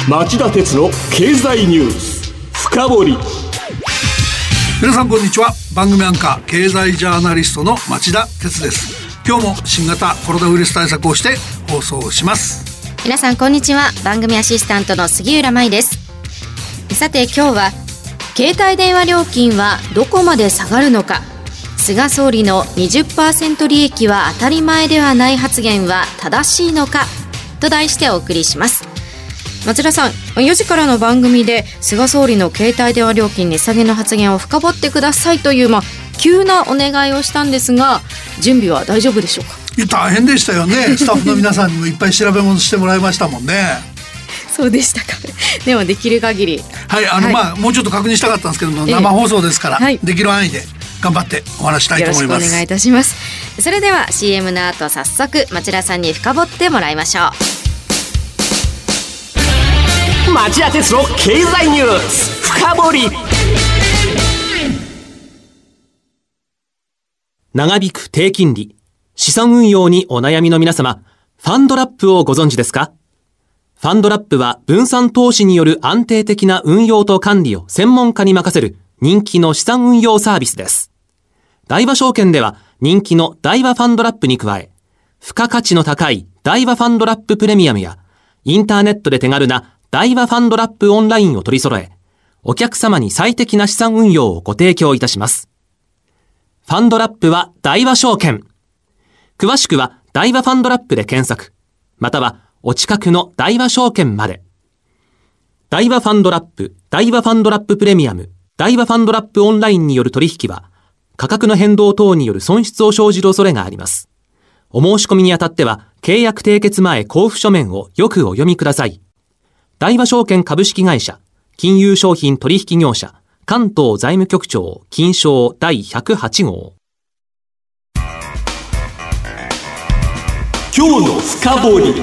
町田鉄の経済ニュース深掘り。 皆さんこんにちは。番組アンカー経済ジャーナリストの町田鉄です。今日も新型コロナウイルス対策をして放送します。 皆さんこんにちは。番組アシスタントの杉浦舞です。さて今日は携帯電話料金はどこまで下がるのか、菅総理の 20% 利益は当たり前ではない発言は正しいのかと題してお送りします。町田さん、4時からの番組で菅総理の携帯電話料金値下げの発言を深掘ってくださいという、急なお願いをしたんですが、準備は大丈夫でしょうか？ いや大変でしたよね。スタッフの皆さんにもいっぱい調べ物してもらいましたもんね。 そうでしたか。でもできる限り、 もうちょっと確認したかったんですけども、生放送ですから、できる範囲で頑張ってお話したいと思います。 よろしくお願いいたします。それでは CM の後早速町田さんに深掘ってもらいましょう。 町田鉄の経済ニュース深掘り。 長引く低金利、資産運用にお悩みの皆様、ファンドラップをご存知ですか？ファンドラップは分散投資による安定的な運用と管理を専門家に任せる人気の資産運用サービスです。大和証券では人気の大和ファンドラップに加え、付加価値の高い大和ファンドラッププレミアムやインターネットで手軽な大和ファンドラップオンラインを取り揃え、お客様に最適な資産運用をご提供いたします。ファンドラップは大和証券。詳しくは大和ファンドラップで検索、またはお近くの大和証券まで。大和ファンドラップ、大和ファンドラッププレミアム、大和ファンドラップオンラインによる取引は、価格の変動等による損失を生じる恐れがあります。お申し込みにあたっては、契約締結前交付書面をよくお読みください。大和証券株式会社、金融商品取引業者、関東財務局長金商第108号。 今日の深掘り。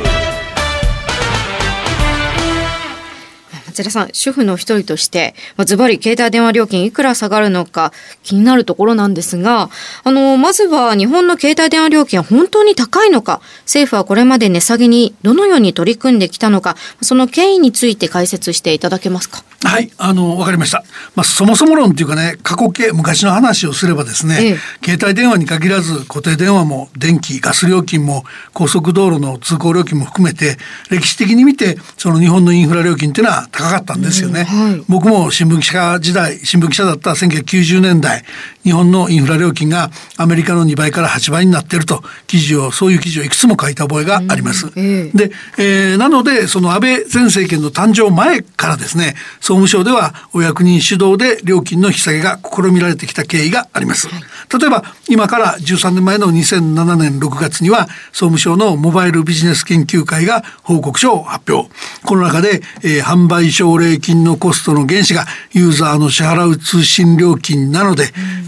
町田さん、主婦の一人として、ズバリ携帯電話料金いくら下がるのか気になるところなんですが、まずは日本の携帯電話料金は本当に高いのか、政府はこれまで値下げにどのように取り組んできたのか、その経緯について解説していただけますか？ はい、わかりました。そもそも論というかね、過去形、昔の話をすればですね、携帯電話に限らず固定電話も電気、ガス料金も高速道路の通行料金も含めて、歴史的に見てその日本のインフラ料金っていうのは高かったんですよね。僕も新聞記者時代、新聞記者だった1990年代、日本のインフラ料金がアメリカの2倍から8倍になっているとそういう記事をいくつも書いた覚えがあります。で、なのでその安倍前政権の誕生前からですね、総務省ではお役人主導で料金の引き下げが試みられてきた経緯があります。例えば今から13年前の2007年6月には総務省のモバイルビジネス研究会が報告書を発表。この中で、販売奨励金のコストの原資がユーザーの支払う通信料金なので、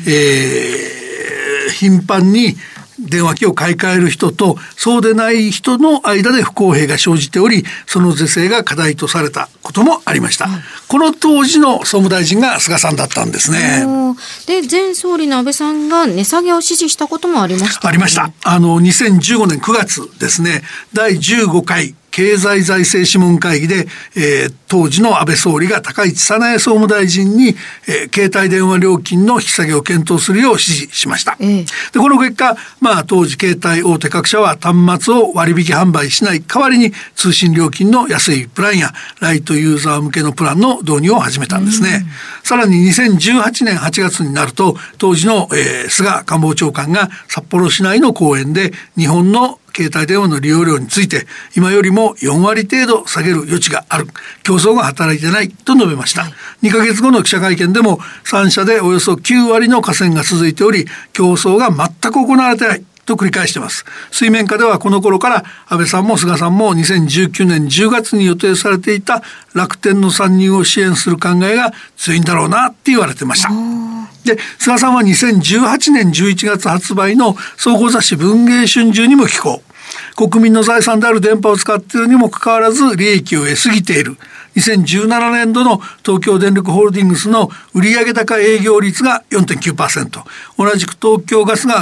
頻繁に電話機を買い替える人とそうでない人の間で不公平が生じており、その是正が課題とされたこともありました。この当時の総務大臣が菅さんだったんですね。 で、前総理の安倍さんが値下げを指示したこともありました、 ありました。2015年9月ですね、第15回経済財政諮問会議で、当時の安倍総理が高市早苗総務大臣に、携帯電話料金の引き下げを検討するよう指示しました。でこの結果、当時携帯大手各社は端末を割引販売しない代わりに通信料金の安いプランやライトユーザー向けのプランの導入を始めたんですね。さらに2018年8月になると当時の、菅官房長官が札幌市内の講演で日本の携帯電話の利用料について今よりも4割程度下げる余地がある、競争が働いてないと述べました。2ヶ月後の記者会見でも3社でおよそ9割の下線が続いており、競争が全く行われてないと繰り返しています。水面下ではこの頃から安倍さんも菅さんも2019年10月に予定されていた楽天の参入を支援する考えが強いんだろうなって言われてました。で、菅さんは2018年11月発売の総合雑誌文藝春秋にも寄稿。 国民の財産である電波を使っているにもかかわらず利益を得すぎている。2017年度の東京電力ホールディングスの売上高営業率が 4.9%、 同じく東京ガスが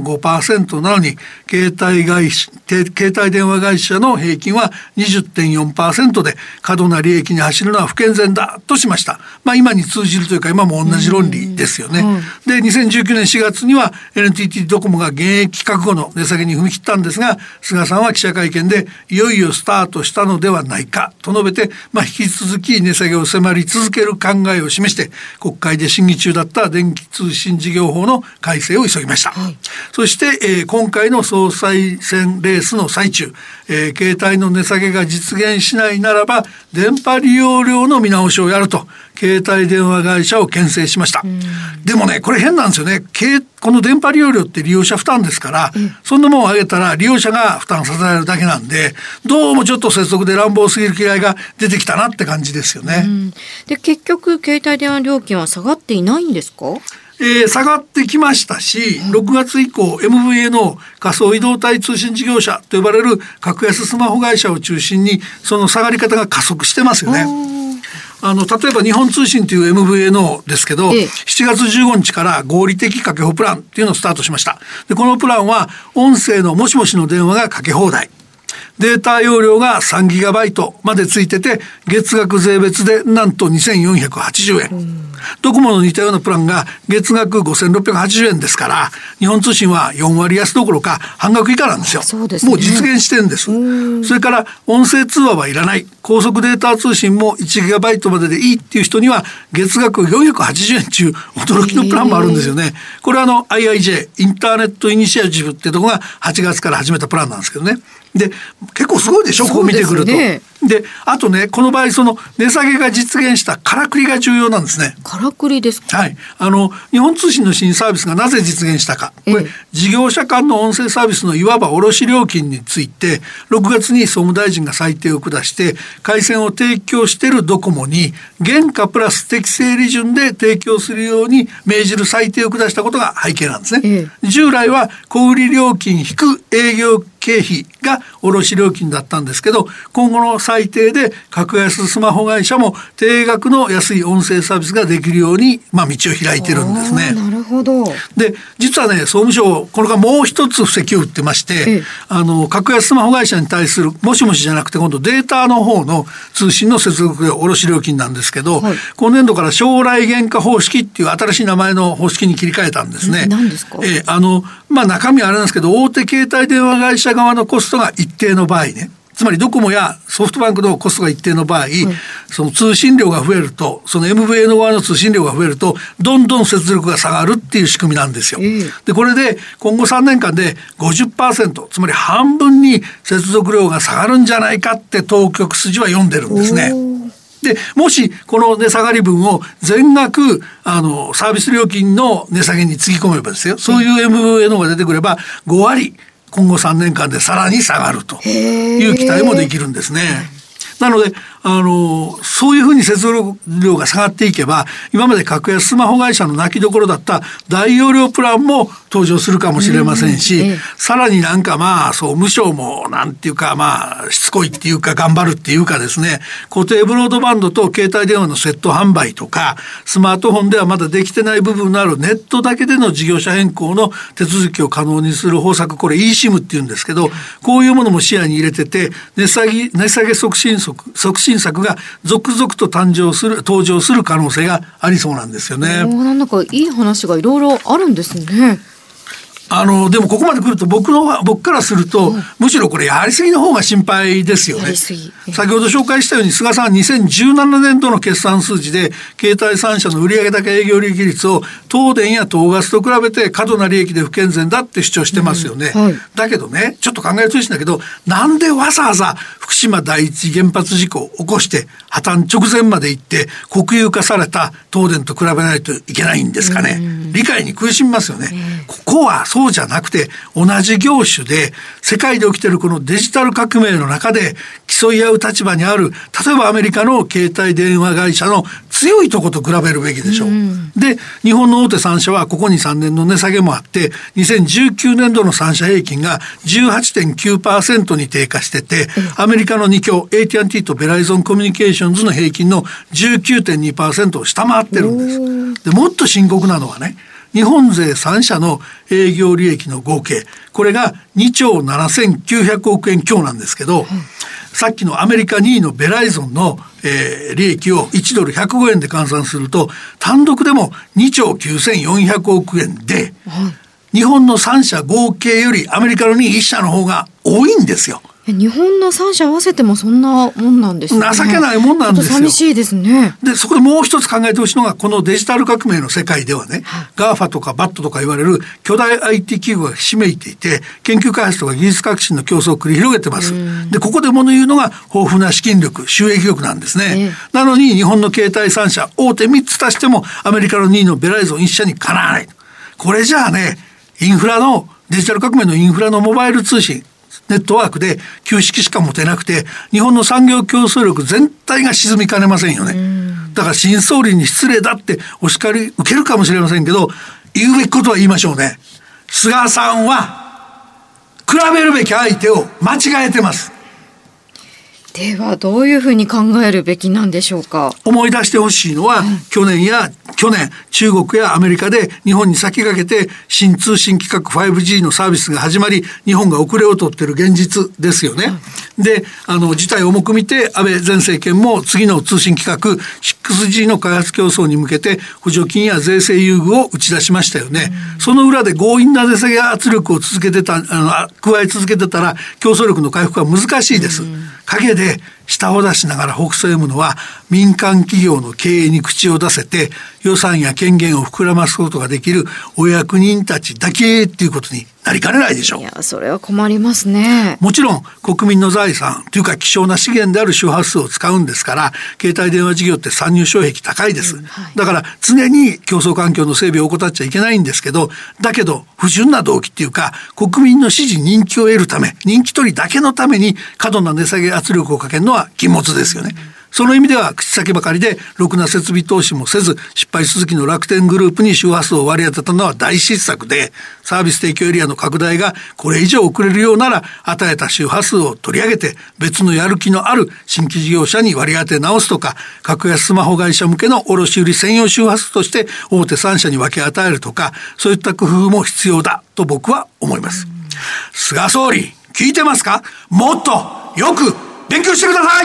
6.5% なのに携帯電話会社の平均は 20.4% で過度な利益に走るのは不健全だとしました。今に通じるというか今も同じ論理ですよね。で2019年4月には NTT ドコモが現役確保の値下げに踏み切ったんですが、菅さんは記者会見でいよいよスタートしたのではないかと述べて、引き続き値下げを迫り続ける考えを示して国会で審議中だった電気通信事業法の改正を急ぎました。そして、今回の総裁選レースの最中、携帯の値下げが実現しないならば電波利用料の見直しをやると携帯電話会社を牽制しました。でもね、これ変なんですよね。この電波利用料って利用者負担ですから、そんなもんを上げたら利用者が負担させられるだけなんで、どうもちょっと拙速で乱暴すぎる気概が出てきたなって感じですよね。 で結局携帯電話料金は下がっていないんですか？ 下がってきましたし、6月以降 MVA の仮想移動体通信事業者と呼ばれる格安スマホ会社を中心にその下がり方が加速してますよね。例えば日本通信という MVNO ですけど、7月15日から合理的かけ放プランっていうのをスタートしました。でこのプランは音声のもしもしの電話がかけ放題、データ容量が 3GB までついてて月額税別でなんと2480円、ドコモの似たようなプランが月額5680円ですから、日本通信は4割安どころか半額以下なんですよ。 そうですね、 もう実現してるんです。それから音声通話はいらない、高速データ通信も 1GB まででいいっていう人には月額480円中驚きのプランもあるんですよね。これはIIJ インターネットイニシアチブってとこが8月から始めたプランなんですけどね。で結構すごいでしょ、こう見てくると。であとね、この場合その値下げが実現したからくりが重要なんですね。 からくりですか？ はい、日本通信の新サービスがなぜ実現したか、これ事業者間の音声サービスのいわば卸料金について6月に総務大臣が裁定を下して回線を提供しているドコモに原価プラス適正利潤で提供するように命じる裁定を下したことが背景なんですね。従来は小売料金引く営業経費が卸料金だったんですけど、今後の裁定で格安スマホ会社も定額の安い音声サービスができるように、道を開いてるんですね。 なるほど。 で実はね、総務省これがもう一つ布石を打ってまして、格安スマホ会社に対するもしもしじゃなくて今度データの方の通信の接続料卸料金なんですけど、今年度から将来原価方式っていう新しい名前の方式に切り替えたんですね。 何ですか？ 中身はあれなんですけど、大手携帯電話会社側のコストが一定の場合ね、つまりドコモやソフトバンクのコストが一定の場合、その通信量が増えると、その MVA の側の通信量が増えるとどんどん接力が下がるっていう仕組みなんですよ。でこれで今後3年間で 50%、 つまり半分に接続量が下がるんじゃないかって当局筋は読んでるんですね。でもしこの値下がり分を全額サービス料金の値下げにつぎ込めばですよ、そういう MVNO が出てくれば5割今後3年間でさらに下がるという期待もできるんですね。なのでそういうふうに接続量が下がっていけば、今まで格安スマホ会社の泣きどころだった大容量プランも登場するかもしれませんし、さらに総務省もなんていうかしつこいっていうか頑張るっていうかですね、固定ブロードバンドと携帯電話のセット販売とか、スマートフォンではまだできてない部分のあるネットだけでの事業者変更の手続きを可能にする方策、これ eSIM っていうんですけど、こういうものも視野に入れてて値下げ促進策が続々と登場する可能性がありそうなんですよね。 なんかいい話がいろいろあるんですね。 でもここまで来ると僕からすると、むしろこれやりすぎの方が心配ですよね。先ほど紹介したように菅さんは2017年度の決算数字で携帯3社の売上高営業利益率を東電や東ガスと比べて過度な利益で不健全だって主張してますよね。だけどね、ちょっと考えてほしいんだけど、なんでわざわざ福島第一原発事故を起こして破綻直前まで行って国有化された東電と比べないといけないんですかね。理解に苦しみますよね。ここはそうそうじゃなくて同じ業種で世界で起きているこのデジタル革命の中で競い合う立場にある、例えばアメリカの携帯電話会社の強いとこと比べるべきでしょう。で、日本の大手3社はここ2、3年の値下げもあって2019年度の3社平均が 18.9% に低下してて、アメリカの2強 AT&T とベライゾンコミュニケーションズの平均の 19.2% を下回ってるんです。で、もっと深刻なのはね、日本勢3社の営業利益の合計、これが2兆7900億円強なんですけど、さっきのアメリカ2位のベライゾンの、利益を1ドル105円で換算すると単独でも2兆9400億円で、日本の3社合計よりアメリカの2位1社の方が多いんですよ。 日本の3社合わせてもそんなもんなんですね。 情けないもんなんですよ。 寂しいですね。 で、そこでもう一つ考えてほしいのが、このデジタル革命の世界ではね、GAFA とか BAT とか言われる巨大 IT 企業がひしめいていて、研究開発とか技術革新の競争を繰り広げてます。で、ここで物言うのが豊富な資金力、収益力なんですね。なのに日本の携帯3社、大手3つ足してもアメリカの2位のベライゾン1社にかなわない。これじゃあね、デジタル革命のインフラのモバイル通信、ネットワークで旧式しか持てなくて、日本の産業競争力全体が沈みかねませんよね。だから新総理に失礼だってお叱り受けるかもしれませんけど、言うべきことは言いましょうね。菅さんは比べるべき相手を間違えてます。 ではどういうふうに考えるべきなんでしょうか。 思い出してほしいのは、去年中国やアメリカで日本に先駆けて新通信規格 5G のサービスが始まり、日本が遅れを取っている現実ですよね。で、事態を重く見て安倍前政権も次の通信規格 6G の開発競争に向けて補助金や税制優遇を打ち出しましたよね。その裏で強引な値下げ圧力を加え続けてたら競争力の回復は難しいです。陰で下を出しながらほくそ笑むのは民間企業の経営に口を出せて予算や権限を膨らますことができるお役人たちだけっていうことになりかねないでしょう。 いや、それは困りますね。 もちろん国民の財産というか希少な資源である周波数を使うんですから、携帯電話事業って参入障壁高いです。だから常に競争環境の整備を怠っちゃいけないんですけど、だけど不純な動機っていうか、国民の支持人気を得るため、人気取りだけのために過度な値下げ圧力をかけるのは禁物ですよね。その意味では口先ばかりでろくな設備投資もせず、失敗続きの楽天グループに周波数を割り当てたのは大失策で、サービス提供エリアの拡大がこれ以上遅れるようなら、与えた周波数を取り上げて別のやる気のある新規事業者に割り当て直すとか、格安スマホ会社向けの卸売専用周波数として大手3社に分け与えるとか、そういった工夫も必要だと僕は思います。菅総理、聞いてますか？もっとよく勉強してください。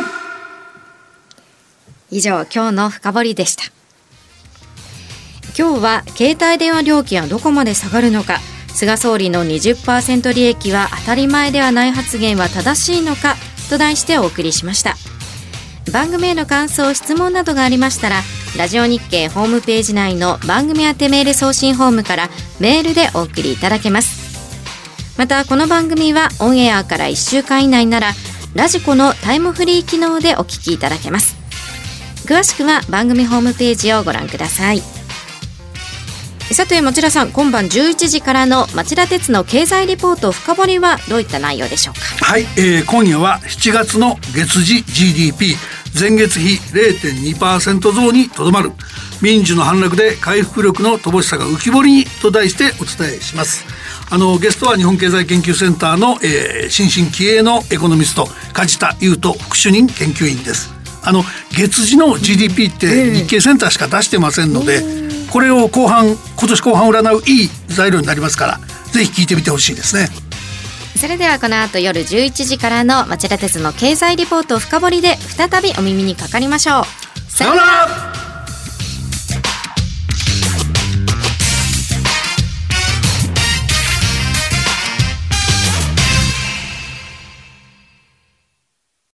以上、今日の深掘りでした。今日は携帯電話料金はどこまで下がるのか、菅総理の 20% 利益は当たり前ではない発言は正しいのかと題してお送りしました。番組への感想、質問などがありましたら、ラジオ日経ホームページ内の番組宛てメール送信フォームからメールでお送りいただけます。またこの番組はオンエアから1週間以内ならラジコのタイムフリー機能でお聞きいただけます。詳しくは番組ホームページをご覧ください。さて町田さん、今晩11時からの町田鉄の経済リポート深掘りはどういった内容でしょうか。 はい、今夜は7月の月次 GDP 前月比 0.2% 増にとどまる、民需の反落で回復力の乏しさが浮き彫りにと題してお伝えします。ゲストは日本経済研究センターの、新進気鋭のエコノミスト梶田裕斗副主任研究員です。月次の GDP って日経センターしか出してませんので、これを今年後半占ういい材料になりますから、ぜひ聞いてみてほしいですね。 それではこの後夜11時からの町田鉄の経済リポート深掘りで再びお耳にかかりましょう。 さようなら。